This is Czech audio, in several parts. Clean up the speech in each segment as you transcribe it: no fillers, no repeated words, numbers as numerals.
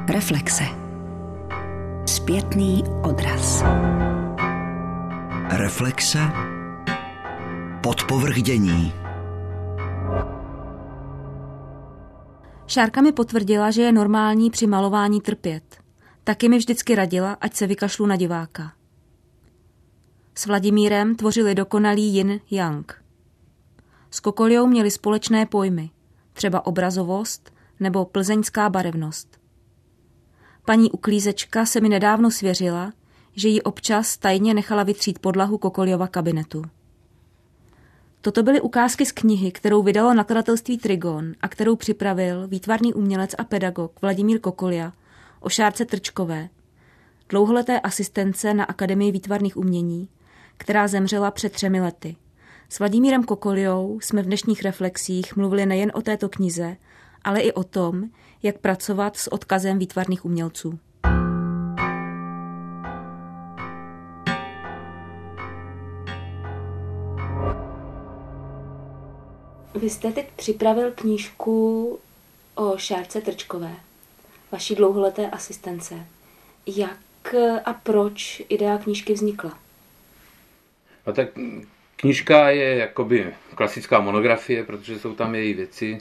Reflexe. Zpětný odraz. Reflexe. Podpovrchdění. Šárka mi potvrdila, že je normální při malování trpět. Taky mi vždycky radila, ať se vykašlu na diváka. S Vladimírem tvořili dokonalý yin-yang. S Kokoliou měli společné pojmy, třeba obrazovost nebo plzeňská barevnost. Paní uklízečka se mi nedávno svěřila, že ji občas tajně nechala vytřít podlahu Kokoliova kabinetu. Toto byly ukázky z knihy, kterou vydalo nakladatelství Trigon a kterou připravil výtvarný umělec a pedagog Vladimír Kokolia o Šárce Trčkové, dlouholeté asistence na Akademii výtvarných umění, která zemřela před 3 lety. S Vladimírem Kokoliou jsme v dnešních reflexích mluvili nejen o této knize, ale i o tom, jak pracovat s odkazem výtvarných umělců. Vy jste teď připravil knížku o Šárce Trčkové, vaší dlouholeté asistence. Jak a proč idea knížky vznikla? No tak knížka je jakoby klasická monografie, protože jsou tam její věci,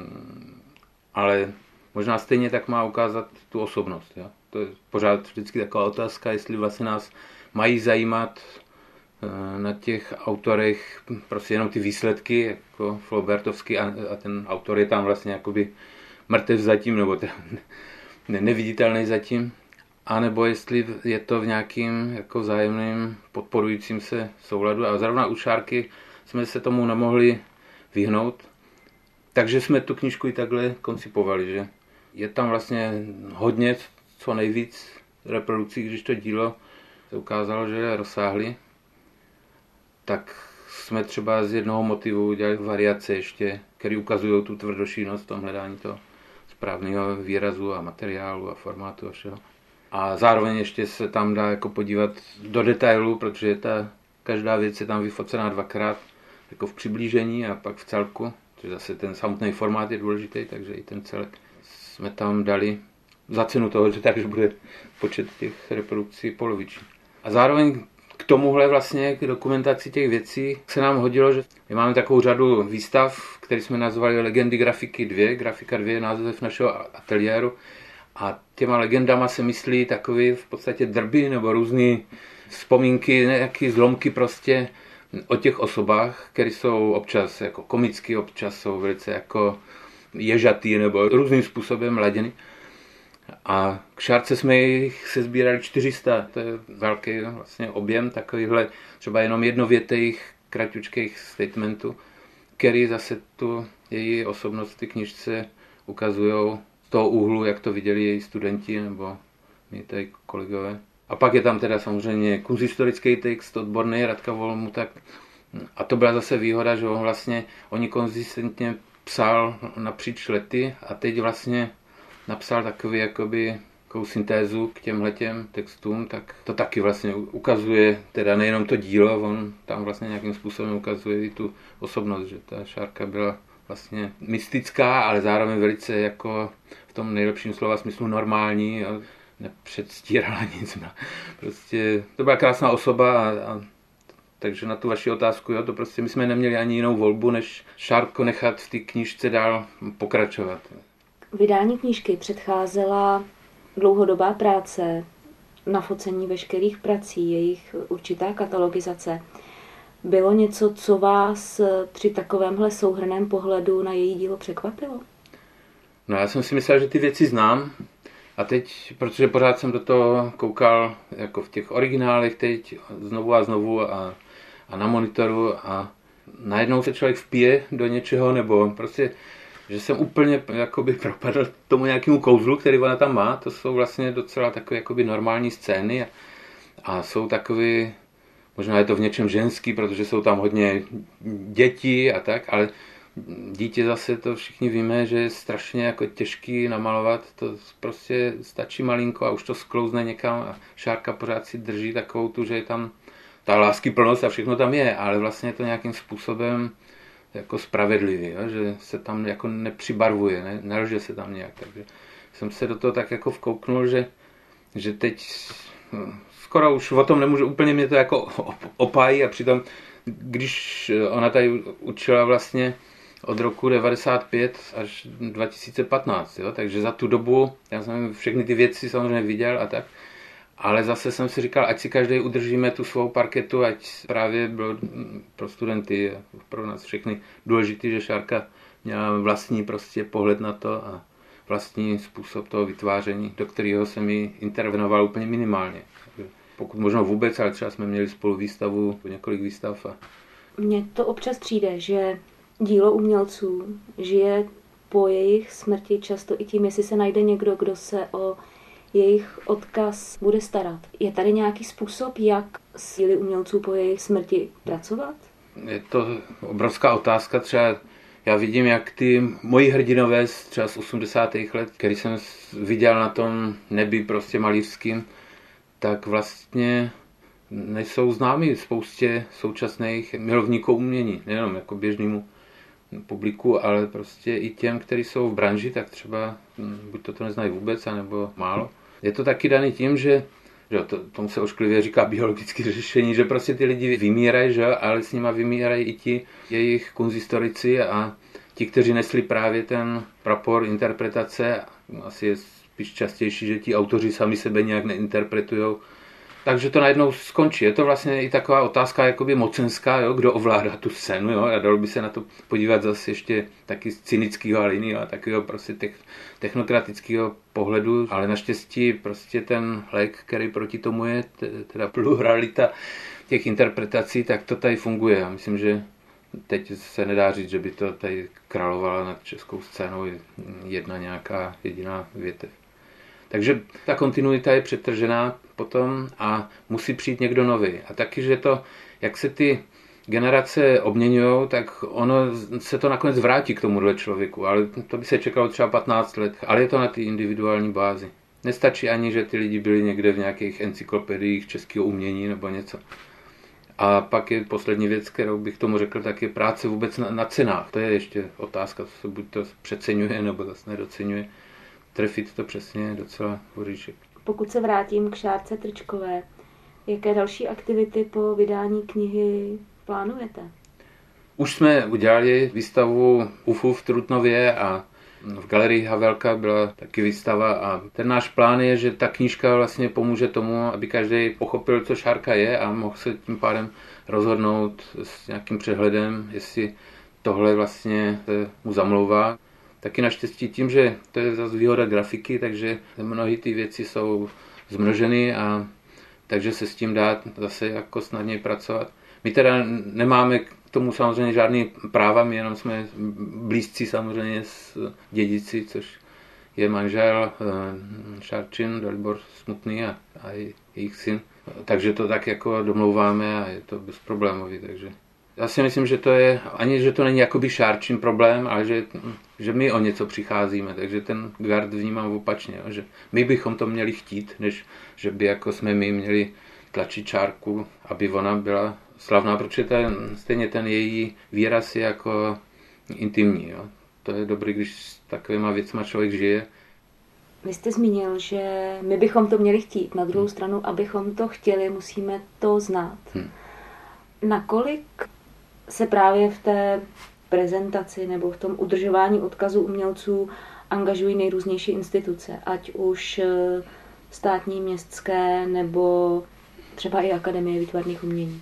ale možná stejně tak má ukázat tu osobnost. Jo? To je pořád vždycky taková otázka, jestli vlastně nás mají zajímat na těch autorech prostě jenom ty výsledky, jako Flaubertovský, a ten autor je tam vlastně jakoby mrtev zatím, nebo neviditelný zatím, anebo jestli je to v nějakým jako vzájemným podporujícím se souladu. A zrovna u Šárky jsme se tomu nemohli vyhnout, takže jsme tu knížku i takhle koncipovali, že je tam vlastně hodně, co nejvíc reprodukcí, když to dílo se ukázalo, že je rozsáhlý, tak jsme třeba z jednoho motivu udělali variace ještě, které ukazují tu tvrdošíjnost v tom hledání toho správného výrazu a materiálu a formátu a všeho. A zároveň ještě se tam dá jako podívat do detailu, protože každá věc je tam vyfocená 2krát jako v přiblížení a pak v celku. Protože zase ten samotný formát je důležitý, takže i ten celek jsme tam dali za cenu toho, že takže bude počet těch reprodukcí poloviční. A zároveň k tomuhle vlastně, k dokumentaci těch věcí se nám hodilo, že my máme takovou řadu výstav, které jsme nazvali Legendy grafiky 2. Grafika 2 je název našeho ateliéru. A těma legendama se myslí takové v podstatě drby nebo různé vzpomínky, nějaké zlomky prostě o těch osobách, které jsou občas jako komické, občas jsou velice jako ježatý nebo různým způsobem laděny. A k Šárce jsme jich se sbírali 400, to je velký vlastně objem takovýchhle třeba jenom jednovětejch kratučkých statementů, který zase tu její osobnost v té knižce ukazujou z toho úhlu, jak to viděli její studenti nebo my tady kolegové. A pak je tam teda samozřejmě kunsthistorický text odborný Radka Volmuta. A to byla zase výhoda, že oni konzistentně psal napříč lety a teď vlastně napsal takovou syntézu k těmhletěm textům, tak to taky vlastně ukazuje, teda nejenom to dílo, on tam vlastně nějakým způsobem ukazuje i tu osobnost, že ta Šárka byla vlastně mystická, ale zároveň velice jako v tom nejlepším slova smyslu normální a nepředstírala nic. Prostě to byla krásná osoba a takže na tu vaši otázku, jo, to prostě my jsme neměli ani jinou volbu, než Šárku nechat v té knížce dál pokračovat. Vydání knížky předcházela dlouhodobá práce, nafocení veškerých prací, jejich určitá katalogizace. Bylo něco, co vás při takovémhle souhrnném pohledu na její dílo překvapilo? No já jsem si myslel, že ty věci znám a teď, protože pořád jsem do toho koukal jako v těch originálech teď znovu a na monitoru a najednou se člověk vpije do něčeho nebo prostě že jsem úplně jakoby propadl tomu nějakému kouzlu, který ona tam má. To jsou vlastně docela takové jakoby normální scény a jsou takové, možná je to v něčem ženský, protože jsou tam hodně dětí a tak, ale dítě zase to všichni víme, že je strašně jako těžký namalovat. To prostě stačí malinko a už to sklouzne někam a Šárka pořád si drží takovou tu, že je tam ta láskyplnost a všechno tam je, ale vlastně je to nějakým způsobem jako spravedlivý, jo? Že se tam jako nepřibarvuje, nelže se tam nějak, takže jsem se do toho tak jako vkouknul, že teď skoro už o tom nemůžu, úplně mě to jako opájí a přitom, když ona tady učila vlastně od roku 95 až 2015, jo? Takže za tu dobu, já jsem všechny ty věci samozřejmě viděl a tak, ale zase jsem si říkal, ať si každý udržíme tu svou parketu, ať právě bylo pro studenty, pro nás všechny důležité, že Šárka měla vlastní prostě pohled na to a vlastní způsob toho vytváření, do kterého jsem ji intervenoval úplně minimálně. Pokud možno vůbec, ale třeba jsme měli spolu výstavu, několik výstav. Mně to občas přijde, že dílo umělců žije po jejich smrti často i tím, jestli se najde někdo, kdo se o jejich odkaz bude starat. Je tady nějaký způsob, jak s díly umělců po jejich smrti pracovat? Je to obrovská otázka. Třeba já vidím, jak ty moji hrdinové třeba z 80. let, který jsem viděl na tom nebi prostě malířským, tak vlastně nejsou známí spoustě současných milovníků umění. Nejenom jako běžnému publiku, ale prostě i těm, kteří jsou v branži, tak třeba buď to neznají vůbec, anebo málo. Je to taky daný tím, že tomu se ošklivě říká biologické řešení, že prostě ty lidi vymírají, že? Ale s nima vymírají i ti jejich kunzhistorici a ti, kteří nesli právě ten prapor interpretace. Asi je spíš častější, že ti autoři sami sebe nějak neinterpretujou. Takže to najednou skončí. Je to vlastně i taková otázka jakoby mocenská, jo? Kdo ovládá tu scénu. Jo? A dalo by se na to podívat zase ještě taky z cynického a jiného a takového prostě technokratického pohledu. Ale naštěstí prostě ten lék, který proti tomu je, teda pluralita těch interpretací, tak to tady funguje. Já myslím, že teď se nedá říct, že by to tady královala nad českou scénou jedna nějaká jediná větev. Takže ta kontinuita je přetržená potom a musí přijít někdo nový. A taky, že to, jak se ty generace obměňují, tak ono se to nakonec vrátí k tomuhle člověku. Ale to by se čekalo třeba 15 let. Ale je to na té individuální bázi. Nestačí ani, že ty lidi byli někde v nějakých encyklopediích českého umění nebo něco. A pak je poslední věc, kterou bych tomu řekl, tak je práce vůbec na cenách. To je ještě otázka, co se buď to přeceňuje nebo zase nedoceňuje. Trefit to přesně docela voříček. Pokud se vrátím k Šárce Trčkové, jaké další aktivity po vydání knihy plánujete? Už jsme udělali výstavu UFU v Trutnově a v galerii Havelka byla taky výstava a ten náš plán je, že ta knížka vlastně pomůže tomu, aby každý pochopil, co Šárka je a mohl se tím pádem rozhodnout s nějakým přehledem, jestli tohle vlastně mu zamlouvá. Taky naštěstí tím, že to je zase výhoda grafiky, takže mnohé ty věci jsou zmnoženy a takže se s tím dá zase jako snadněji pracovat. My teda nemáme k tomu samozřejmě žádný práva, my jenom jsme blízcí samozřejmě s dědici, což je manžel Šárčin, Dalibor Smutný a jejich syn. Takže to tak jako domlouváme a je to bezproblémový, takže já si myslím, že to je, ani že to není jakoby Šárčin problém, ale že my o něco přicházíme, takže ten gard vnímám opačně, že my bychom to měli chtít, než že by jako jsme my měli tlačit Šárku, aby ona byla slavná, protože stejně ten její výraz je jako intimní. Jo. To je dobrý, když s takovýma věcma člověk žije. Vy jste zmínil, že my bychom to měli chtít. Na druhou stranu, abychom to chtěli, musíme to znát. Nakolik se právě v té prezentaci nebo v tom udržování odkazu umělců angažují nejrůznější instituce, ať už státní, městské nebo třeba i Akademie výtvarných umění?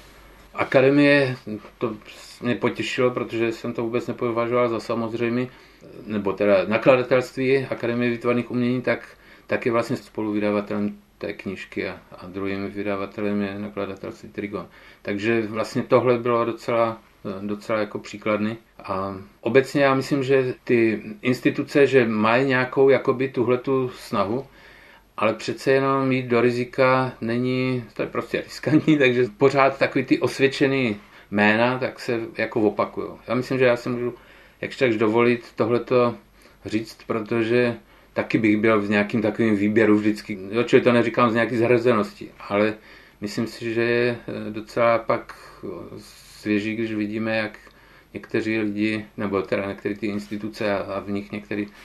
Akademie, to mě potěšilo, protože jsem to vůbec nepovažoval za samozřejmé, nebo teda nakladatelství Akademie výtvarných umění, tak je vlastně spoluvydavatelem té knížky a druhým vydavatelem je nakladatelství Trigon. Takže vlastně tohle bylo docela jako příkladný. A obecně já myslím, že ty instituce, že mají nějakou jakoby tuhletu snahu, ale přece jenom jít do rizika není, to je prostě riskantní, takže pořád takový ty osvědčený jména, tak se jako opakujou. Já myslím, že já si můžu jakž tak dovolit tohleto říct, protože taky bych byl v nějakým takovým výběru vždycky. Jo, čili to neříkám z nějaký zhrzenosti, ale myslím si, že je docela pak svěží, když vidíme, jak někteří lidi, nebo teda některé ty instituce a v nich některý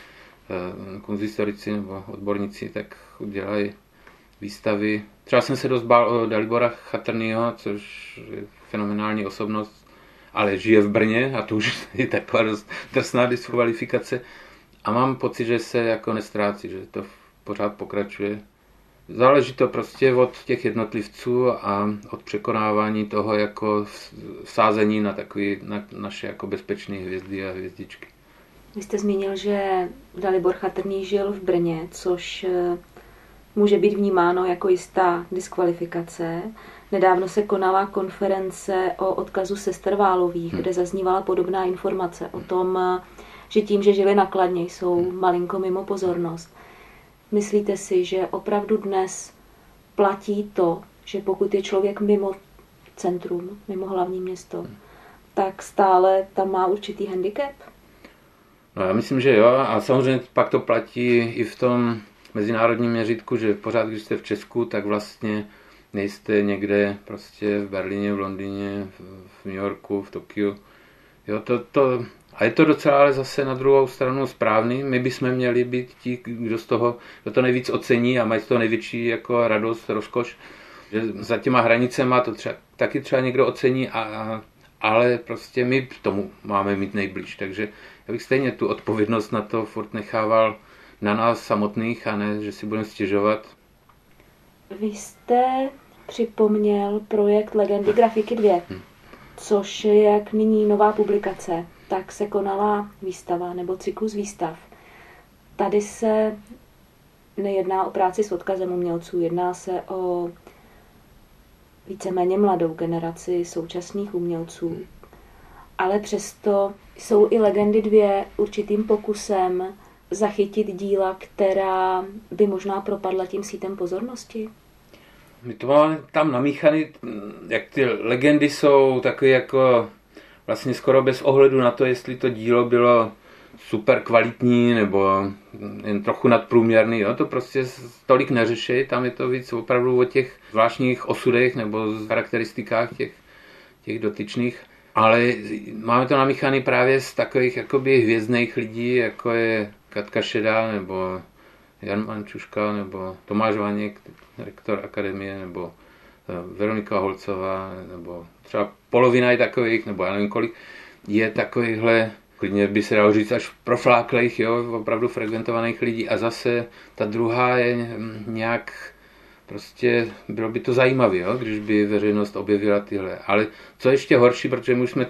konzistorici nebo odborníci, tak dělají výstavy. Třeba jsem se dost bál o Dalibora Chatrnýho, což je fenomenální osobnost, ale žije v Brně a to už je taková dost drsná diskvalifikace. A mám pocit, že se jako nestrácí, že to pořád pokračuje. Záleží to prostě od těch jednotlivců a od překonávání toho jako vsázení na naše jako bezpečné hvězdy a hvězdičky. Vy jste zmínil, že Dalibor Chatrný žil v Brně, což může být vnímáno jako jistá diskvalifikace. Nedávno se konala konference o odkazu sester Válových, kde zaznívala podobná informace o tom, že tím, že žili na Kladně, jsou malinko mimo pozornost. Myslíte si, že opravdu dnes platí to, že pokud je člověk mimo centrum, mimo hlavní město, tak stále tam má určitý handicap? No já myslím, že jo, a samozřejmě pak to platí i v tom mezinárodním měřítku, že pořád, když jste v Česku, tak vlastně nejste někde prostě v Berlíně, v Londýně, v New Yorku, v Tokiu. Jo, a je to docela ale zase na druhou stranu správný. My bychom měli být ti, kdo to nejvíc ocení a mají z toho největší jako radost, rozkoš. Že za těma hranicema to taky třeba někdo ocení, ale prostě my k tomu máme mít nejblíž. Takže já bych stejně tu odpovědnost na to furt nechával na nás samotných a ne, že si budeme stěžovat. Vy jste připomněl projekt Legendy grafiky 2, což je jak nyní nová publikace. Tak se konala výstava nebo cyklus výstav. Tady se nejedná o práci s odkazem umělců, jedná se o víceméně mladou generaci současných umělců. Ale přesto jsou i Legendy 2 určitým pokusem zachytit díla, která by možná propadla tím sítem pozornosti. My to máme tam namíchaný, jak ty legendy jsou takové jako vlastně skoro bez ohledu na to, jestli to dílo bylo super kvalitní nebo jen trochu nadprůměrný. Jo? To prostě tolik neřeší, tam je to víc opravdu o těch zvláštních osudech nebo charakteristikách těch dotyčných. Ale máme to namíchaný právě z takových jakoby hvězdných lidí, jako je Katka Šedá nebo Jan Mančuška nebo Tomáš Vaněk, rektor akademie, nebo Veronika Holcová, nebo třeba polovina je takových, nebo já nevím kolik, je takovýchhle, klidně by se dalo říct až profláklejch, jo, opravdu frekventovaných lidí a zase ta druhá je nějak, prostě bylo by to zajímavé, jo, když by veřejnost objevila tyhle. Ale co ještě horší, protože my už jsme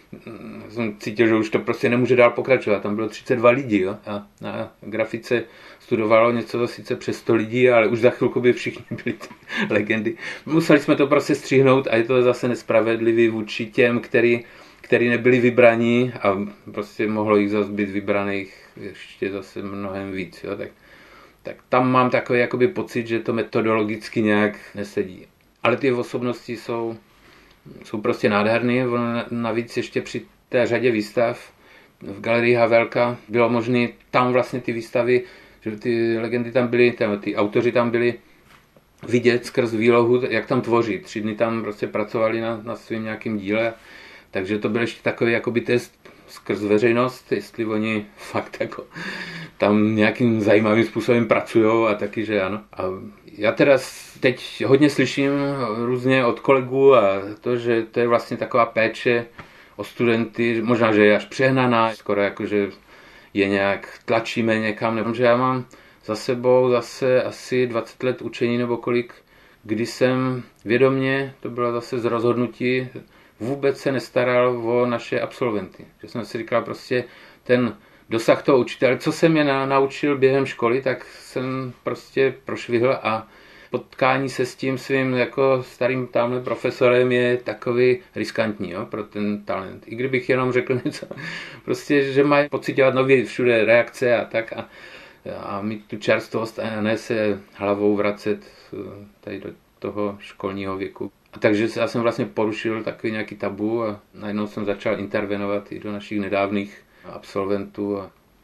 jsem cítil, že už to prostě nemůže dál pokračovat. Tam bylo 32 lidí, jo, a na grafice studovalo něco sice přes 100 lidí, ale už za chvilku by všichni byli legendy. Museli jsme to prostě stříhnout a je to zase nespravedlivý vůči těm, který nebyli vybraní a prostě mohlo jich zase být vybraných ještě zase mnohem víc, jo, tak tam mám takový jakoby pocit, že to metodologicky nějak nesedí. Ale ty osobnosti jsou prostě nádherný. Navíc ještě při té řadě výstav v galerii Havelka bylo možné tam vlastně ty výstavy, že ty legendy tam byly, ty autoři tam byli vidět skrz výlohu, jak tam tvoří. 3 dny tam prostě pracovali na svým nějakým díle, takže to byl ještě takový jakoby test skrz veřejnost, jestli oni fakt jako tam nějakým zajímavým způsobem pracujou a taky, že ano. A já teda teď hodně slyším různě od kolegů a to, že to je vlastně taková péče o studenty, možná, že je až přehnaná, skoro jako, že je nějak tlačíme někam, nebo že já mám za sebou zase asi 20 let učení nebo kolik, kdy jsem vědomě, to bylo zase z rozhodnutí, vůbec se nestaral o naše absolventy. Že jsem si říkal prostě ten dosah toho učitele, co jsem je naučil během školy, tak jsem prostě prošvihl a potkání se s tím svým jako starým tamhle profesorem je takový riskantní, jo, pro ten talent. I kdybych jenom řekl něco, prostě, že mají pocitovat nově všude reakce a tak a mít tu čerstvost a ne se hlavou vracet tady do toho školního věku. A takže já jsem vlastně porušil takový nějaký tabu a najednou jsem začal intervenovat i do našich nedávných absolventů.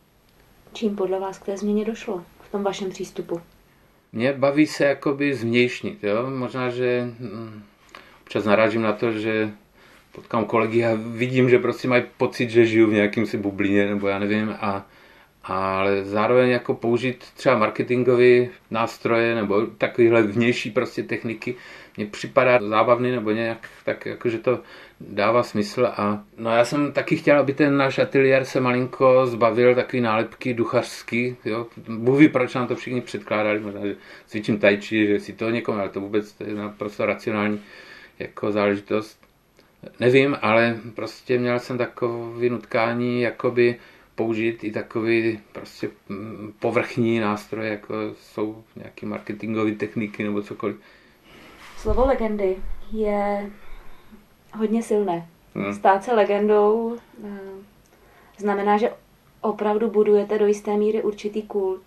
Čím podle vás k té změně došlo v tom vašem přístupu? Mě baví se jakoby zvnějšnit, jo? Možná, že občas narážím na to, že potkám kolegy a vidím, že prostě mají pocit, že žiju v nějakým si bublině, nebo já nevím, ale zároveň jako použít třeba marketingové nástroje nebo takovéhle vnější prostě techniky mně připadá zábavný nebo nějak tak jako, že to dává smysl. A no já jsem taky chtěl, aby ten náš ateliér se malinko zbavil takový nálepky duchařský, jo. Bůh ví, proč nám to všichni předkládali, možná, že cvičím tai chi, že si to někomu, ale to vůbec to je naprosto racionální jako záležitost. Nevím, ale prostě měl jsem takové nutkání jakoby použít i takový prostě povrchní nástroje, jako jsou nějaké marketingové techniky nebo cokoliv. Slovo legendy je hodně silné. Stát se legendou znamená, že opravdu budujete do jisté míry určitý kult,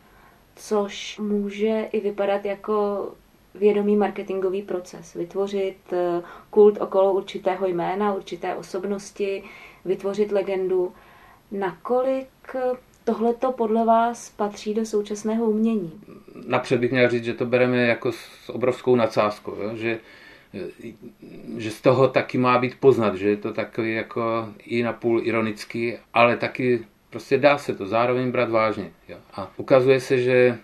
což může i vypadat jako vědomý marketingový proces. Vytvořit kult okolo určitého jména, určité osobnosti, vytvořit legendu. Nakolik tohleto podle vás patří do současného umění? Napřed bych měl říct, že to bereme jako s obrovskou nadsázkou, jo? Že z toho taky má být poznat, že je to takový jako i napůl ironický, ale taky prostě dá se to zároveň brát vážně. Jo? A ukazuje se, že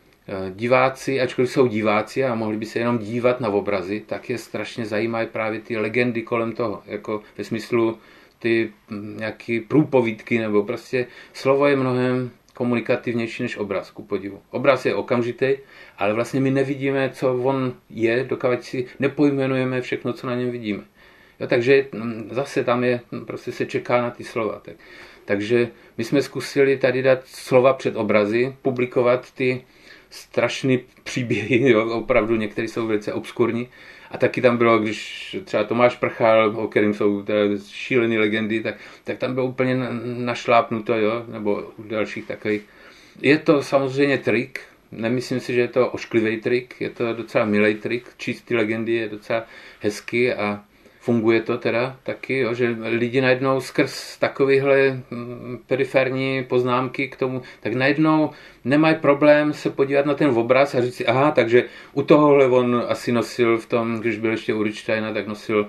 diváci, ačkoliv jsou diváci a mohli by se jenom dívat na obrazy, tak je strašně zajímají právě ty legendy kolem toho, jako ve smyslu ty nějaký průpovídky, nebo prostě slovo je mnohem komunikativnější než obraz, ku podivu. Obraz je okamžitý, ale vlastně my nevidíme, co on je, dokud si nepojmenujeme všechno, co na něm vidíme. Jo, takže zase tam je, prostě se čeká na ty slova. Takže my jsme zkusili tady dát slova před obrazy, publikovat ty strašný příběhy, jo, opravdu některé jsou velice obskurní. A taky tam bylo, když třeba Tomáš Prchal, o kterým jsou šílené legendy, tak tam bylo úplně našlápnuto, jo, nebo u dalších takových. Je to samozřejmě trik, nemyslím si, že je to ošklivý trik, je to docela milý trik, číst ty legendy je docela hezky a funguje to teda taky, jo, že lidi najednou skrz takovýhle periferní poznámky k tomu, tak najednou nemají problém se podívat na ten obraz a říct si, aha, takže u tohohle on asi nosil v tom, když byl ještě u Richsteina, tak nosil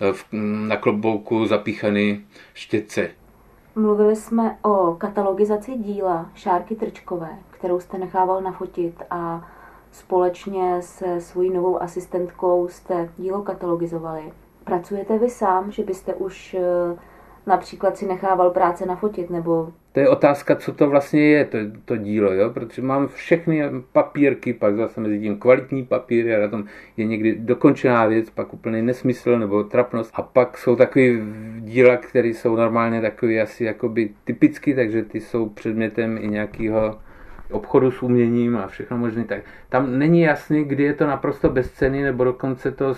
na klobouku zapíchaný štětce. Mluvili jsme o katalogizaci díla Šárky Trčkové, kterou jste nechával nafotit a společně se svojí novou asistentkou jste dílo katalogizovali. Pracujete vy sám, že byste už například si nechával práce nafotit, nebo... To je otázka, co to vlastně je, to dílo, jo? Protože mám všechny papírky, pak zase mezi tím kvalitní papíry a na tom je někdy dokončená věc, pak úplný nesmysl nebo trapnost. A pak jsou takový díla, které jsou normálně takový asi jakoby typický, takže ty jsou předmětem i nějakého obchodu s uměním a všechno možné. Tak tam není jasný, kdy je to naprosto bezcenný, nebo dokonce to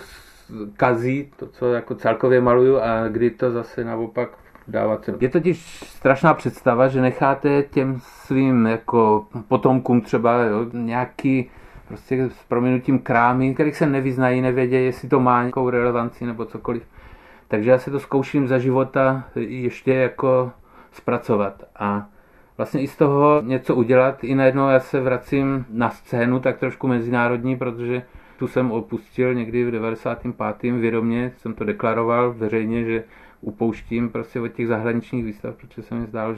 kazí, to, co jako celkově maluju, a kdy to zase naopak dává cenu. Je totiž strašná představa, že necháte těm svým jako potomkům třeba, jo, nějaký prostě s prominutím krámy, kterých se nevyznají, nevědějí, jestli to má nějakou relevanci nebo cokoliv. Takže já se to zkouším za života ještě jako zpracovat a vlastně i z toho něco udělat. I najednou já se vracím na scénu tak trošku mezinárodní, protože tu jsem opustil někdy v 95. vědomě, jsem to deklaroval veřejně, že upouštím prostě od těch zahraničních výstav, protože se mi zdálo,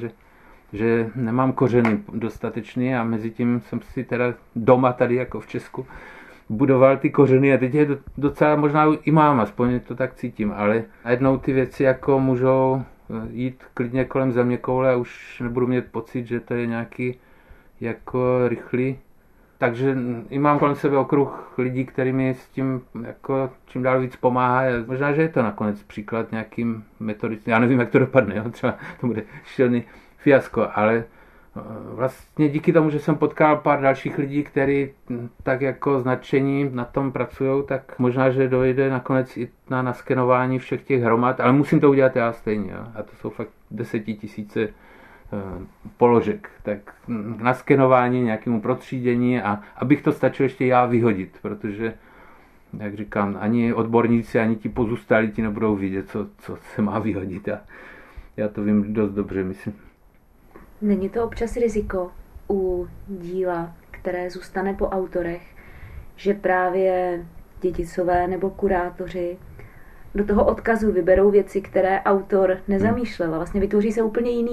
že nemám kořeny dostatečný a mezi tím jsem si teda doma tady jako v Česku budoval ty kořeny a teď je docela možná i mám, aspoň to tak cítím, ale najednou ty věci jako můžou jít klidně kolem zeměkoule a už nebudu mít pocit, že to je nějaký jako rychlý. Takže i mám kolem sebe okruh lidí, který mi s tím jako čím dál víc pomáhá. Možná, že je to nakonec příklad nějakým metodickým. Já nevím, jak to dopadne, jo? Třeba to bude šílený fiasko, ale vlastně díky tomu, že jsem potkal pár dalších lidí, kteří tak jako značení na tom pracují, tak možná, že dojde nakonec i na naskenování všech těch hromad, ale musím to udělat já stejně. Jo? A to jsou fakt 10 000 položek, tak na skenování, nějakému protřídění a abych to stačil ještě já vyhodit, protože, jak říkám, ani odborníci, ani ti pozůstalí ti nebudou vidět, co se má vyhodit a já to vím dost dobře, myslím. Není to občas riziko u díla, které zůstane po autorech, že právě dědicové nebo kurátoři do toho odkazu vyberou věci, které autor nezamýšlel a vlastně vytvoří se úplně jiný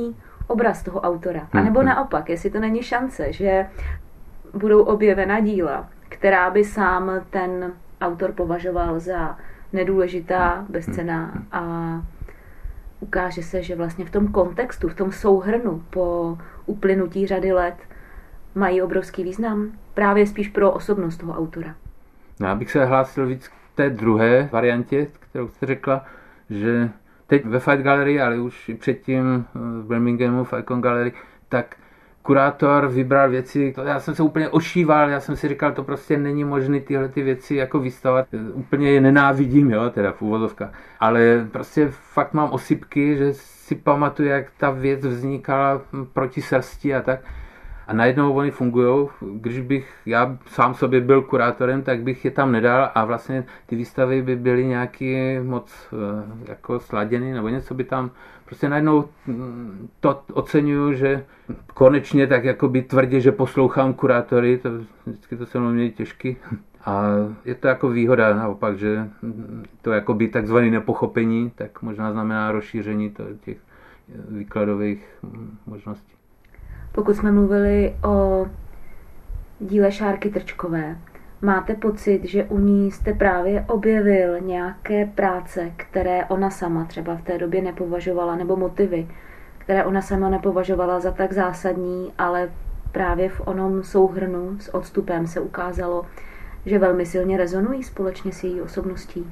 obraz toho autora. A nebo naopak, jestli to není šance, že budou objevena díla, která by sám ten autor považoval za nedůležitá, bezcenná a ukáže se, že vlastně v tom kontextu, v tom souhrnu po uplynutí řady let mají obrovský význam. Právě spíš pro osobnost toho autora. Já bych se hlásil víc k té druhé variantě, kterou jste řekla, že teď ve Fight Gallery, ale už i předtím v Birminghamu v Icon Gallery, tak kurátor vybral věci, já jsem se úplně ošíval, já jsem si říkal, to prostě není možné tyhle ty věci jako vystavovat. Úplně je nenávidím, jo, teda v úvodovkách. Ale prostě fakt mám osypky, že si pamatuju, jak ta věc vznikala proti srsti a tak. A najednou oni fungujou. Když bych já sám sobě byl kurátorem, tak bych je tam nedal a vlastně ty výstavy by byly nějaký moc jako sladěný nebo něco by tam. Prostě najednou to oceňuju, že konečně tak jakoby tvrdě, že poslouchám kurátory, to vždycky to se mnou měli těžky. A je to jako výhoda naopak, že to jakoby takzvané nepochopení, tak možná znamená rozšíření těch výkladových možností. Pokud jsme mluvili o díle Šárky Trčkové, máte pocit, že u ní jste právě objevil nějaké práce, které ona sama třeba v té době nepovažovala, nebo motivy, které ona sama nepovažovala za tak zásadní, ale právě v onom souhrnu s odstupem se ukázalo, že velmi silně rezonují společně s její osobností?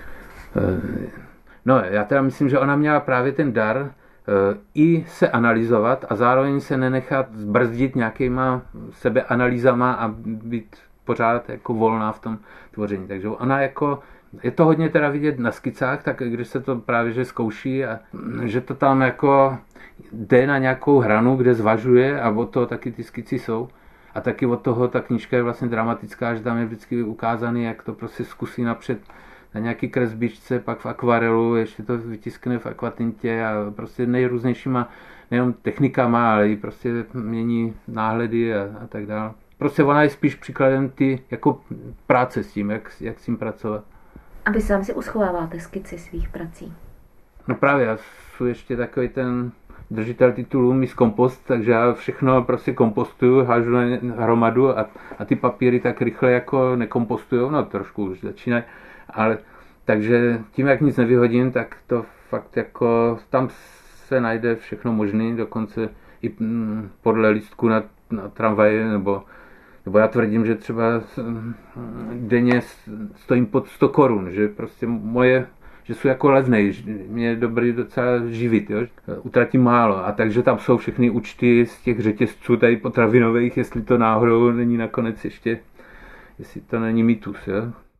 No, já teda myslím, že ona měla právě ten dar i se analyzovat a zároveň se nenechat zbrzdit nějakýma sebeanalýzama a být pořád jako volná v tom tvoření. Takže ona jako, je to hodně teda vidět na skicách, tak když se to právě že zkouší a že to tam jako jde na nějakou hranu, kde zvažuje a od toho taky ty skici jsou. A taky od toho ta knížka je vlastně dramatická, že tam je vždycky ukázaný, jak to prostě zkusí napřed na nějaký kresbičce, pak v akvarelu, ještě to vytiskne v akvatintě a prostě nejrůznějšíma nejenom technikama, ale i prostě mění náhledy a tak dále. Prostě ona je spíš příkladem ty jako práce s tím, jak s tím pracovat. A vy sám si uschováváte skici svých prací? No právě, já jsem ještě takový ten držitel titulu Miss Kompost, takže já všechno prostě kompostuju, hážu na hromadu a ty papíry tak rychle jako nekompostujou, no trošku už začínají, ale takže tím, jak nic nevyhodím, tak to fakt jako tam se najde všechno možné, dokonce i podle lístku na tramvaji, nebo já tvrdím, že třeba denně stojím pod 100 korun, že prostě že jsou jako levnej, mě je dobrý docela živit, jo? Utratím málo a takže tam jsou všechny účty z těch řetězců tady potravinových, jestli to náhodou není nakonec ještě, jestli to není mýtus, jo?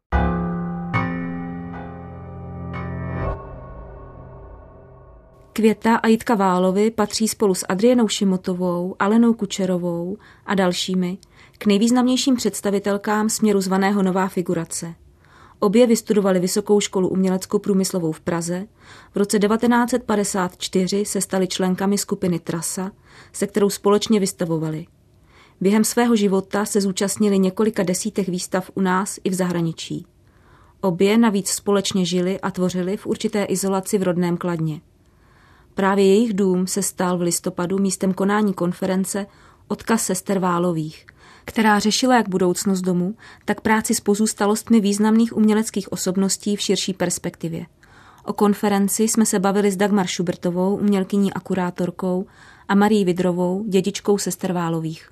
Květa a Jitka Válovi patří spolu s Adrienou Šimotovou, Alenou Kučerovou a dalšími k nejvýznamnějším představitelkám směru zvaného Nová figurace. Obě vystudovali Vysokou školu umělecko-průmyslovou v Praze. V roce 1954 se staly členkami skupiny Trasa, se kterou společně vystavovali. Během svého života se zúčastnili několika desítek výstav u nás i v zahraničí. Obě navíc společně žili a tvořili v určité izolaci v rodném Kladně. Právě jejich dům se stal v listopadu místem konání konference Odkaz sester Válových, která řešila jak budoucnost domu, tak práci s pozůstalostmi významných uměleckých osobností v širší perspektivě. O konferenci jsme se bavili s Dagmar Šubertovou, umělkyní a kurátorkou, a Marií Vidrovou, dědičkou sester Válových.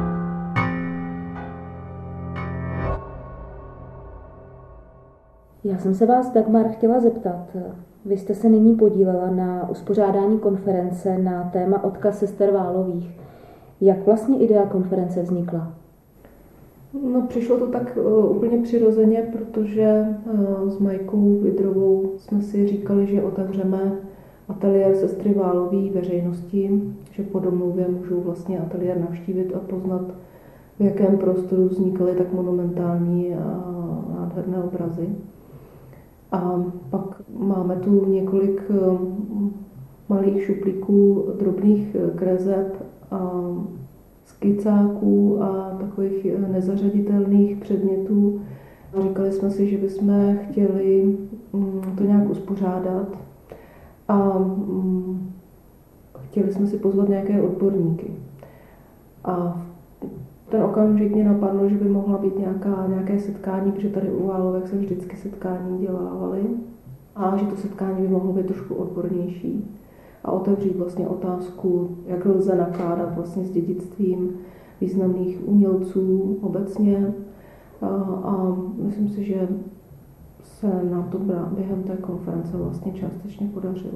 Já jsem se vás, Dagmar, chtěla zeptat. Vy jste se nyní podílela na uspořádání konference na téma Odkaz sester Válových. Jak vlastně idea konference vznikla? No, přišlo to tak úplně přirozeně, protože s Majkou Vidrovou jsme si říkali, že otevřeme ateliér sestry Válový veřejnosti, že po domluvě můžou vlastně ateliér navštívit a poznat, v jakém prostoru vznikaly tak monumentální a nádherné obrazy. A pak máme tu několik malých šuplíků, drobných kreseb a skicáků a takových nezařaditelných předmětů. Říkali jsme si, že bychom chtěli to nějak uspořádat a chtěli jsme si pozvat nějaké odborníky. A ten okamžik mě napadlo, že by mohla být nějaké setkání, protože tady u Válovek se vždycky setkání dělávaly a že to setkání by mohlo být trošku odbornější a otevřít vlastně otázku, jak lze nakládat vlastně s dědictvím významných umělců obecně a myslím si, že se nám to během té konference vlastně částečně podařilo.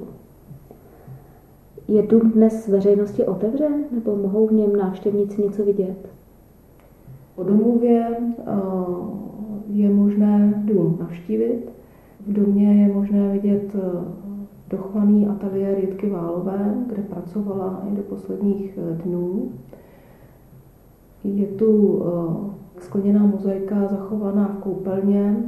Je dům dnes veřejnosti otevřen, nebo mohou v něm návštěvníci něco vidět? Po domluvě je možné dům navštívit. V domě je možné vidět dochovaný ateliér Jitky Válové, kde pracovala i do posledních dnů. Je tu skleněná mozaika zachovaná v koupelně,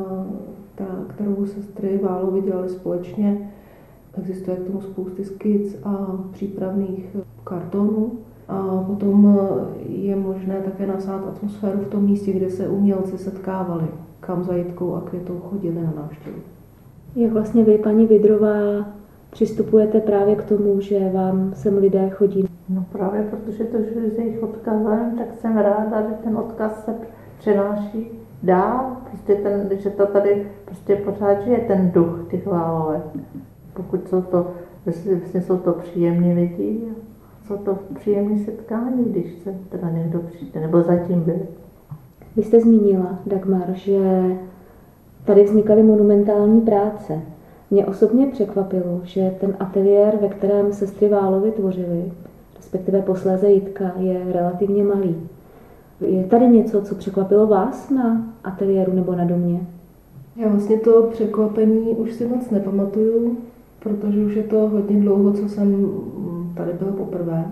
kterou sestry Válovy dělaly společně. Existuje k tomu spousty skic a přípravných kartonů. A potom je možné také nasát atmosféru v tom místě, kde se umělci setkávali, kam za Jitkou a Květou chodili na návštěvu. Jak vlastně vy, paní Vydrová, přistupujete právě k tomu, že vám sem lidé chodí? No právě protože to žili s jejich odkazem, tak jsem ráda, že ten odkaz se přenáší dál. Prostě že to tady prostě pořád žije ten duch těch Válovek. Pokud vlastně jsou to příjemní lidi, jsou to příjemné setkání, když se teda někdo přijde, nebo zatím byli. Vy jste zmínila, Dagmar, že tady vznikaly monumentální práce. Mě osobně překvapilo, že ten ateliér, ve kterém sestry Válovy tvořily, respektive posléze Jitka, je relativně malý. Je tady něco, co překvapilo vás na ateliéru nebo na domě? Já vlastně to překvapení už si moc nepamatuju, protože už je to hodně dlouho, co jsem tady byla poprvé.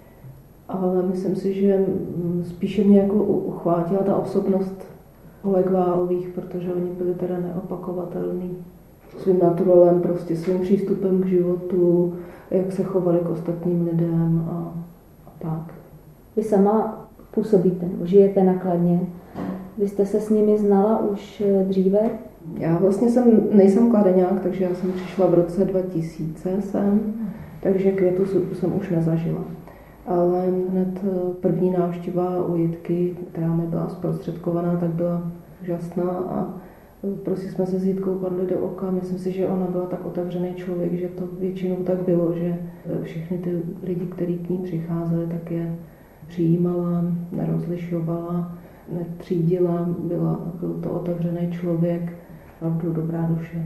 Ale myslím si, že spíše mě jako uchvátila ta osobnost Holek Válových, protože oni byli teda neopakovatelný svým naturalem, prostě svým přístupem k životu, jak se chovali k ostatním lidem a tak. Vy sama působíte, žijete na Kladně. Vy jste se s nimi znala už dříve? Já vlastně nejsem kladeňák, takže já jsem přišla v roce 2000 sem, takže Květu jsem už nezažila. Ale hned první návštěva u Jitky, která mi byla zprostředkovaná, tak byla úžasná a prostě jsme se s Jitkou padli do oka. Myslím si, že ona byla tak otevřený člověk, že to většinou tak bylo, že všechny ty lidi, kteří k ní přicházeli, tak je přijímala, nerozlišovala, netřídila, byl to otevřený člověk, opravdu dobrá duše.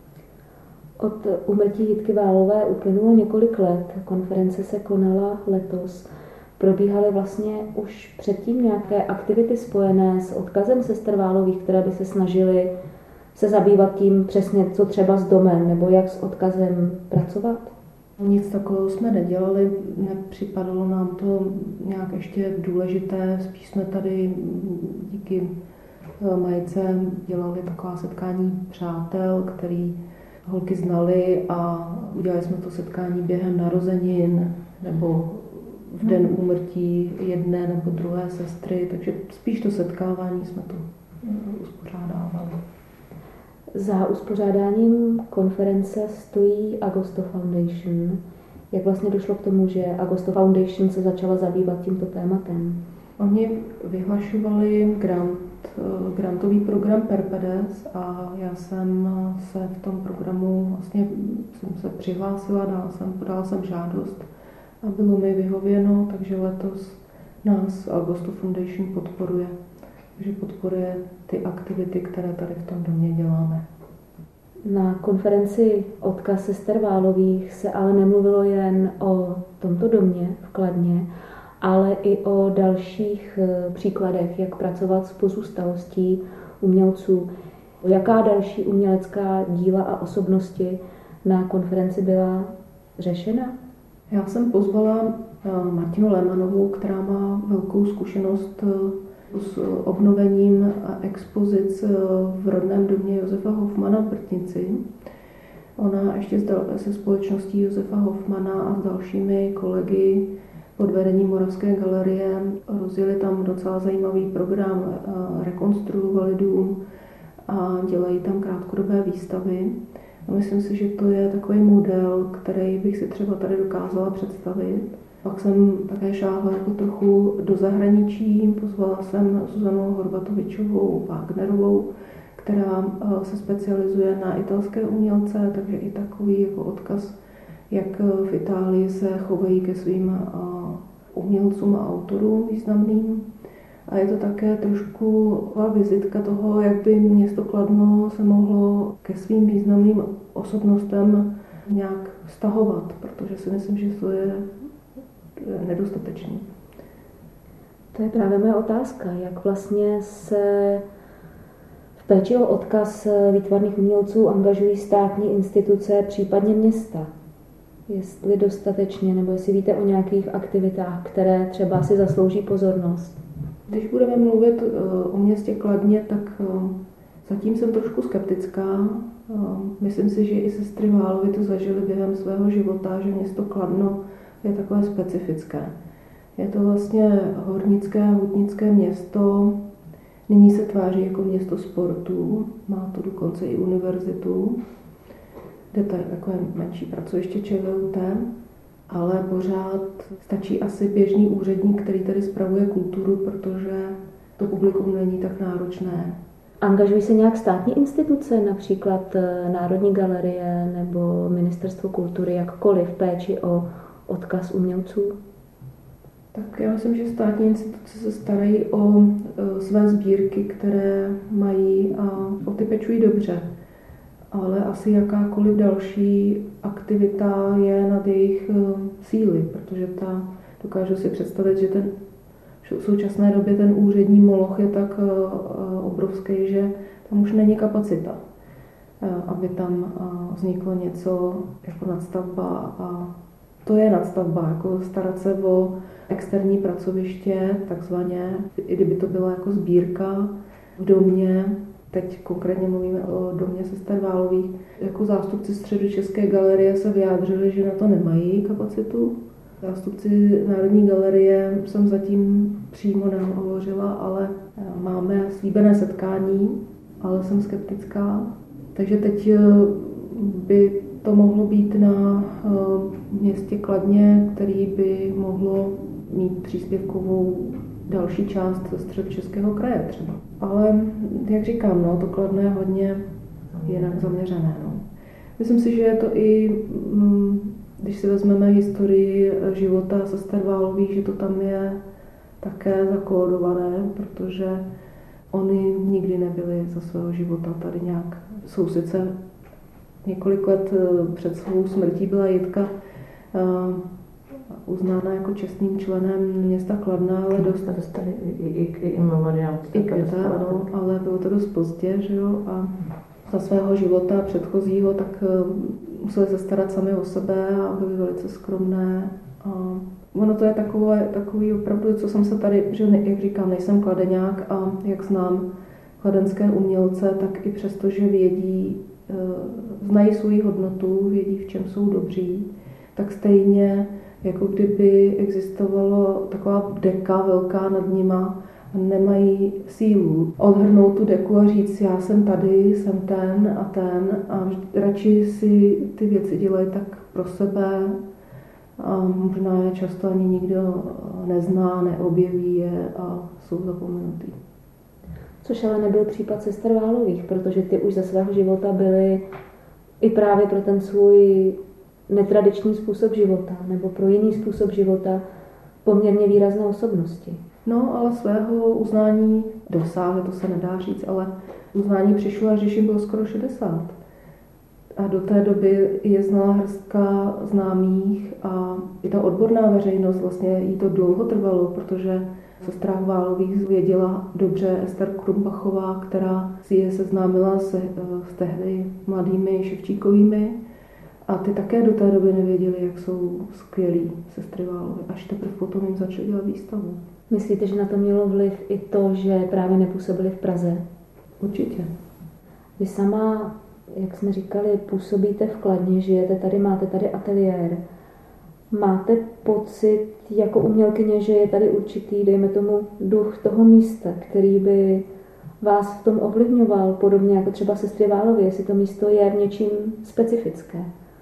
Od úmrtí Jitky Válové uplynulo několik let, konference se konala letos. Probíhaly vlastně už předtím nějaké aktivity spojené s odkazem sester Válových, které by se snažily se zabývat tím přesně, co třeba s domem, nebo jak s odkazem pracovat? Nic takového jsme nedělali, nepřipadalo nám to nějak ještě důležité, spíš jsme tady díky Majce dělali taková setkání přátel, který holky znali a udělali jsme to setkání během narozenin nebo v den úmrtí jedné nebo druhé sestry, takže spíš to setkávání jsme to uspořádávali. Za uspořádáním konference stojí Agosto Foundation. Jak vlastně došlo k tomu, že Agosto Foundation se začala zabývat tímto tématem? Oni vyhlašovali grantový program Perpedes a já jsem se v tom programu vlastně jsem se přihlásila, podala jsem žádost a bylo mi vyhověno, takže letos nás Agosto Foundation podporuje. Takže podporuje ty aktivity, které tady v tom domě děláme. Na konferenci Odkaz sester Válových se ale nemluvilo jen o tomto domě v Kladně, ale i o dalších příkladech, jak pracovat s pozůstalostí umělců. Jaká další umělecká díla a osobnosti na konferenci byla řešena? Já jsem pozvala Martinu Lemanovou, která má velkou zkušenost s obnovením expozic v rodném domě Josefa Hofmana v Brtnici. Ona ještě se společností Josefa Hofmana a s dalšími kolegy pod vedením Moravské galerie rozjeli tam docela zajímavý program, rekonstruovali dům a dělají tam krátkodobé výstavy. A myslím si, že to je takový model, který bych si třeba tady dokázala představit. Pak jsem také šáhla jako trochu do zahraničí, pozvala jsem Zuzanu Horvatovičovou Wagnerovou, která se specializuje na italské umělce, takže i takový jako odkaz, jak v Itálii se chovají ke svým umělcům a autorům významným. A je to také trošku vizitka toho, jak by město Kladno se mohlo ke svým významným osobnostem nějak vztahovat, protože si myslím, že to je nedostatečný. To je právě moje otázka, jak vlastně se v péči o odkaz výtvarných umělců angažují státní instituce, případně města. Jestli dostatečně, nebo jestli víte o nějakých aktivitách, které třeba si zaslouží pozornost. Když budeme mluvit o městě Kladně, tak zatím jsem trošku skeptická. Myslím si, že i sestry Válovy to zažily během svého života, že město Kladno je takové specifické. Je to vlastně hornické a hutnické město. Nyní se tváří jako město sportu, má to dokonce i univerzitu, kde tady takové menší pracoviště ČVUT, ale pořád stačí asi běžný úředník, který tady spravuje kulturu, protože to publikum není tak náročné. Angažují se nějak státní instituce, například Národní galerie nebo Ministerstvo kultury, jakkoliv v péči o odkaz umělců? Tak já myslím, že státní instituce se starají o své sbírky, které mají a o ty pečují dobře. Ale asi jakákoliv další aktivita je nad jejich síly, protože dokážu si představit, že v současné době ten úřední moloch je tak obrovský, že tam už není kapacita, aby tam vzniklo něco jako nadstavba. A to je nadstavba, jako starat se o externí pracoviště, takzvaně, i kdyby to byla jako sbírka v domě. Teď konkrétně mluvíme o domě sester Válových. Jako zástupci Středočeské galerie se vyjádřili, že na to nemají kapacitu. Zástupci Národní galerie jsem zatím přímo nehovořila, ale máme slíbené setkání, ale jsem skeptická. Takže teď by to mohlo být na městě Kladně, který by mohlo mít příspěvkovou další část Středočeského kraje třeba. Ale jak říkám, to Kladno je hodně jinak zaměřené. Myslím si, že je to i, když si vezmeme historii života sester Válových, že to tam je také zakódované, protože oni nikdy nebyli za svého života tady nějak. Jsou sice několik let před svou smrtí byla Jitka uznána jako čestným členem města Kladna, ale dostali i memoriál. I květa, ano, ale bylo to dost pozdě, že jo, a za svého života předchozího tak museli se starat sami o sebe a byli velice skromné. A ono to je takový opravdu, co jsem se tady, že jak říkám, nejsem kladeňák a jak znám kladenské umělce, tak i přesto, že znají svoji hodnotu, vědí, v čem jsou dobří, tak stejně jako kdyby existovalo taková deka velká nad nima a nemají sílu odhrnout tu deku a říct, já jsem tady, jsem ten a radši si ty věci dělají tak pro sebe a možná je často ani nikdo nezná, neobjeví je a jsou zapomenutý. Což ale nebyl případ sester Válových, protože ty už za svého života byly i právě pro ten svůj netradiční způsob života nebo pro jiný způsob života poměrně výrazné osobnosti. No, ale svého uznání dosáhly, to se nedá říct, ale uznání přišlo, až když jim bylo skoro 60. A do té doby je znala hrstka známých a i ta odborná veřejnost, vlastně jí to dlouho trvalo, protože sestra Válových věděla dobře Ester Krumbachová, která si je seznámila s tehdy mladými Ševčíkovými a ty také do té doby nevěděli, jak jsou skvělí sestry Válovy, až teprve potom jim začali dělat výstavu. Myslíte, že na to mělo vliv i to, že právě nepůsobili v Praze? Určitě. Vy sama, jak jsme říkali, působíte v Kladně, žijete tady, máte tady ateliér. Máte pocit jako umělkyně, že je tady určitý, dejme tomu, duch toho místa, který by vás v tom ovlivňoval, podobně jako třeba sestry Válovy, jestli to místo je v něčím specifické?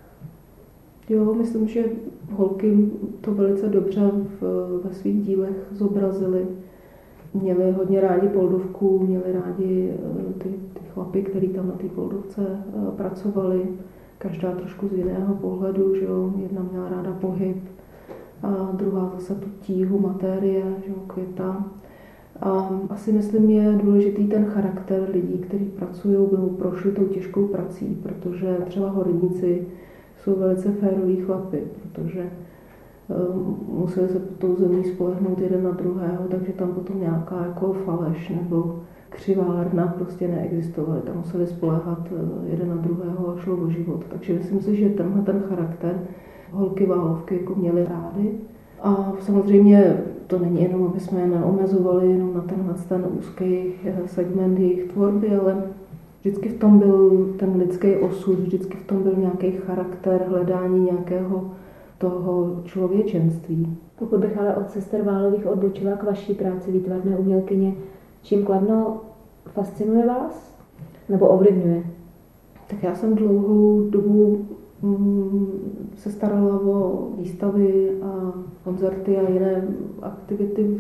Jo, myslím, že holky to velice dobře ve svých dílech zobrazily. Měli hodně rádi Poldovku, měli rádi ty chlapy, kteří tam na té Poldovce pracovali. Každá trošku z jiného pohledu, že jo? Jedna měla ráda pohyb, a druhá zase tu tíhu matérie, že jo? Květa. A asi myslím, je důležitý ten charakter lidí, kteří pracují, nebo prošli tou těžkou prací, protože třeba horníci jsou velice féroví chlapy, protože museli se pod tou zemí spolehnout jeden na druhého, takže tam potom nějaká jako faleš nebo křivárna prostě neexistovaly. Tam museli spoléhat jeden na druhého a šlo o život. Takže myslím si, že tenhle ten charakter holky Válovky jako měly rády. A samozřejmě to není jenom, aby jsme je neomezovali jenom na ten úzký segment jejich tvorby, ale vždycky v tom byl ten lidský osud, vždycky v tom byl nějaký charakter, hledání nějakého toho člověčenství. Pokud bych ale od sester Válových odbočila k vaší práci výtvarné umělkyně, čím Kladno fascinuje vás? Nebo ovlivňuje? Tak já jsem dlouhou dobu se starala o výstavy a koncerty a jiné aktivity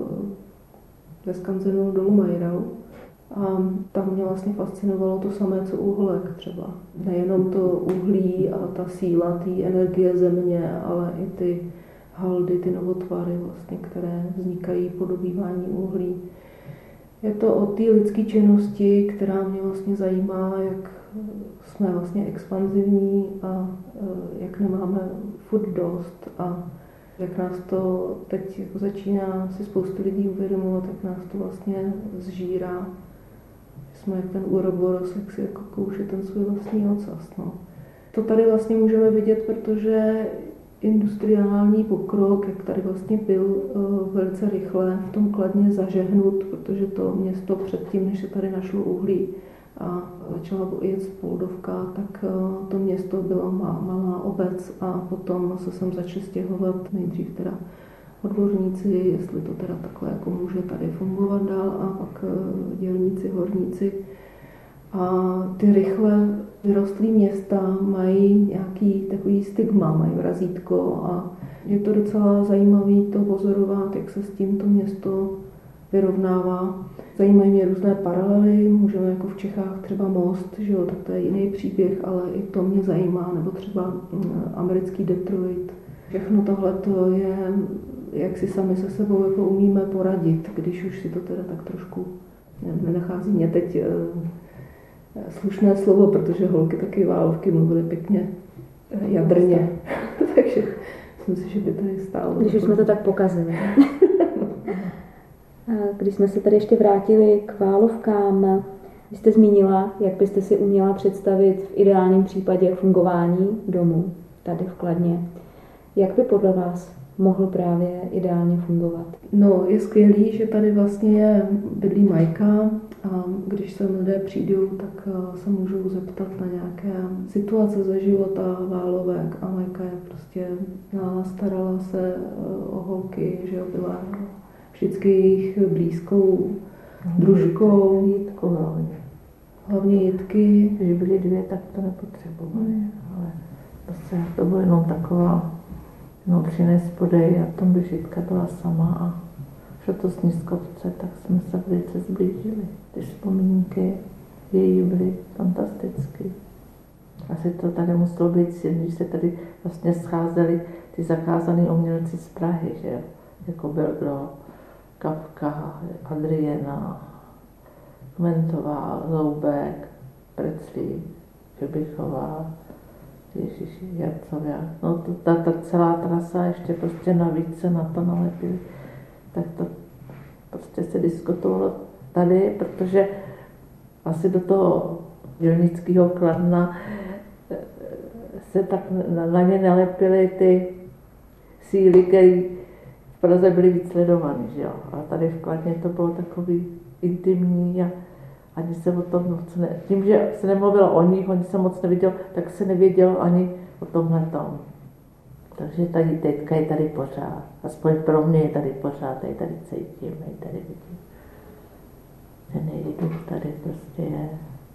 ve skanzenu Dolu Majral. A tam mě vlastně fascinovalo to samé, co Uhlek třeba. Nejenom to uhlí a ta síla, té energie země, ale i ty haldy, ty novotvary, vlastně, které vznikají po dobývání uhlí. Je to o té lidské činnosti, která mě vlastně zajímá, jak jsme vlastně expanzivní a jak nemáme furt dost a jak nás to teď jako začíná si spoustu lidí uvědomovat, jak nás to vlastně zžírá. Jsme jak ten Ouroboros, jak si jako kouše ten svůj vlastní ocas. No. To tady vlastně můžeme vidět, protože industriální pokrok, jak tady vlastně byl velice rychle v tom Kladně zažehnut, protože to město předtím, než se tady našlo uhlí a začala jet Poldovka, tak to město bylo malá obec a potom se sem začali stěhovat nejdřív teda odborníci, jestli to teda takhle jako může tady fungovat dál a pak dělníci, horníci. A ty rychle vyrostlý města mají nějaký takový stigma, mají razítko a je to docela zajímavé to pozorovat, jak se s tím to město vyrovnává. Zajímají mě různé paralely, můžeme jako v Čechách třeba Most, že jo, tak to je jiný příběh, ale i to mě zajímá, nebo třeba americký Detroit. Všechno tohle to je, jak si sami se sebou jako umíme poradit, když už si to teda tak trošku nenachází mě teď slušné slovo, protože holky taky Válovky mluvily pěkně jadrně, takže myslím si, že by tady stálo. Když už jsme to tak pokazili. Když jsme se tady ještě vrátili k Válovkám, vy jste zmínila, jak byste si uměla představit v ideálním případě fungování domu tady v Kladně. Jak by podle vás mohl právě ideálně fungovat? No, je skvělý, že tady vlastně bydlí Majka a když sem lidé přijdou, tak se můžou zeptat na nějaké situace ze života Válovek a Majka je prostě starala se o holky, že byla vždycky jejich blízkou družkou. Jitku Hlavně Jitky. Když byly dvě, tak to nepotřebovali, ale prostě to bylo jenom taková přines spodej a v tom by Žitka byla sama a šlo to z Nízkovce, tak jsme se velice zblížili. Ty vzpomínky její byly fantastické. Asi to tady muselo být silný, když se tady vlastně scházeli ty zakázaný umělci z Prahy, že jo? Jako Belgro, Kafka, Adriena, Kmentová, Zoubek, Preclí, Žebichová, Ježiši, Jarcoviak. No ta celá trasa ještě prostě navíc se na to nalepili. Tak to prostě se diskutovalo tady, protože asi do toho dělnického Kladna se tak na ně nalepily ty síly, které v Praze byly víc sledované, že jo. A tady v Kladně to bylo takový intimní a ani se o tom moc tím, že se nemluvilo o nich, oni se moc neviděl, tak se nevědělo ani o tomhletom. Takže tady teďka je tady pořád. Aspoň pro mě je tady pořád, tady cítím, tady vidím. ten její duch tady prostě je.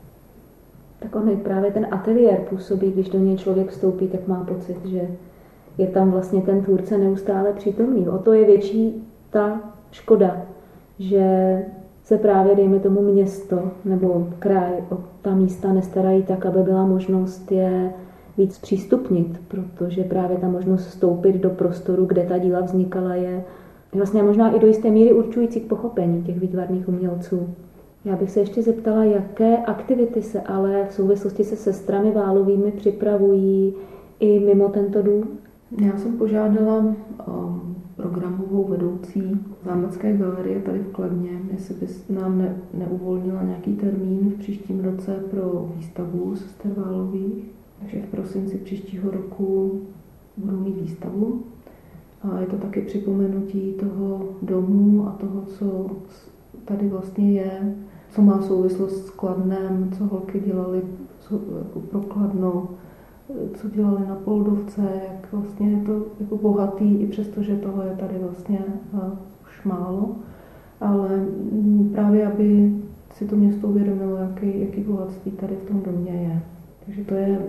Tak ono i právě ten ateliér působí, když do něj člověk vstoupí, tak má pocit, že je tam vlastně ten tvůrce neustále přítomný. O to je větší ta škoda, že se právě, dejme tomu, město nebo kraj o ta místa nestarají tak, aby byla možnost je víc přístupnit, protože právě ta možnost vstoupit do prostoru, kde ta díla vznikala, je vlastně možná i do jisté míry určující k pochopení těch výtvarných umělců. Já bych se ještě zeptala, jaké aktivity se ale v souvislosti se sestrami Válovými připravují i mimo tento dům? Já jsem požádala programovou vedoucí Zámecké galerie tady v Kladně, jestli by nám neuvolnila nějaký termín v příštím roce pro výstavu sester Válových. Takže v prosinci příštího roku budou mít výstavu. A je to taky připomenutí toho domu a toho, co tady vlastně je, co má souvislost s Kladnem, co holky dělali jako pro Kladno, co dělali na Poldovce, jak vlastně je to jako bohatý, i přesto, že toho je tady vlastně už málo. Ale právě, aby si to město uvědomilo, jaký bohatství tady v tom domě je. Takže to je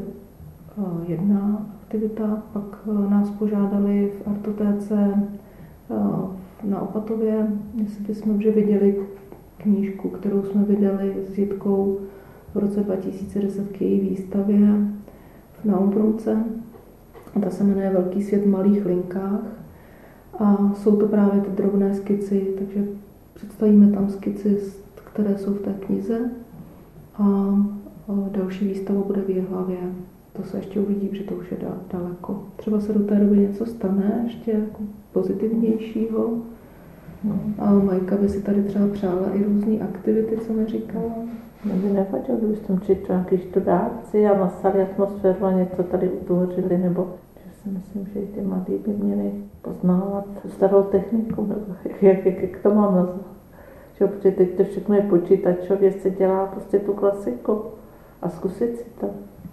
jedna aktivita. Pak nás požádali v Artotéce na Opatově, jestli bychom už viděli knížku, kterou jsme vydali s Jitkou v roce 2010 k její výstavě na Umbrunce. Ta se jmenuje Velký svět v malých linkách. A jsou to právě ty drobné skici, takže představíme tam skici, které jsou v té knize. A další výstava bude v Jihlavě. To se ještě uvidí, že to už je daleko. Třeba se do té doby něco stane, ještě jako pozitivnějšího. A Majka by si tady třeba přála i různé aktivity, co mi říkala. Mě by nevadilo, kdyby jsem přijela nějaký studáci a nasali atmosféru a něco tady utvořili, nebo že si myslím, že i ty mladí by měli poznávat starou techniku, nebo jak to mám nazvat. Protože teď to všechno je počítačově, se dělá prostě tu klasiku a zkusit si to.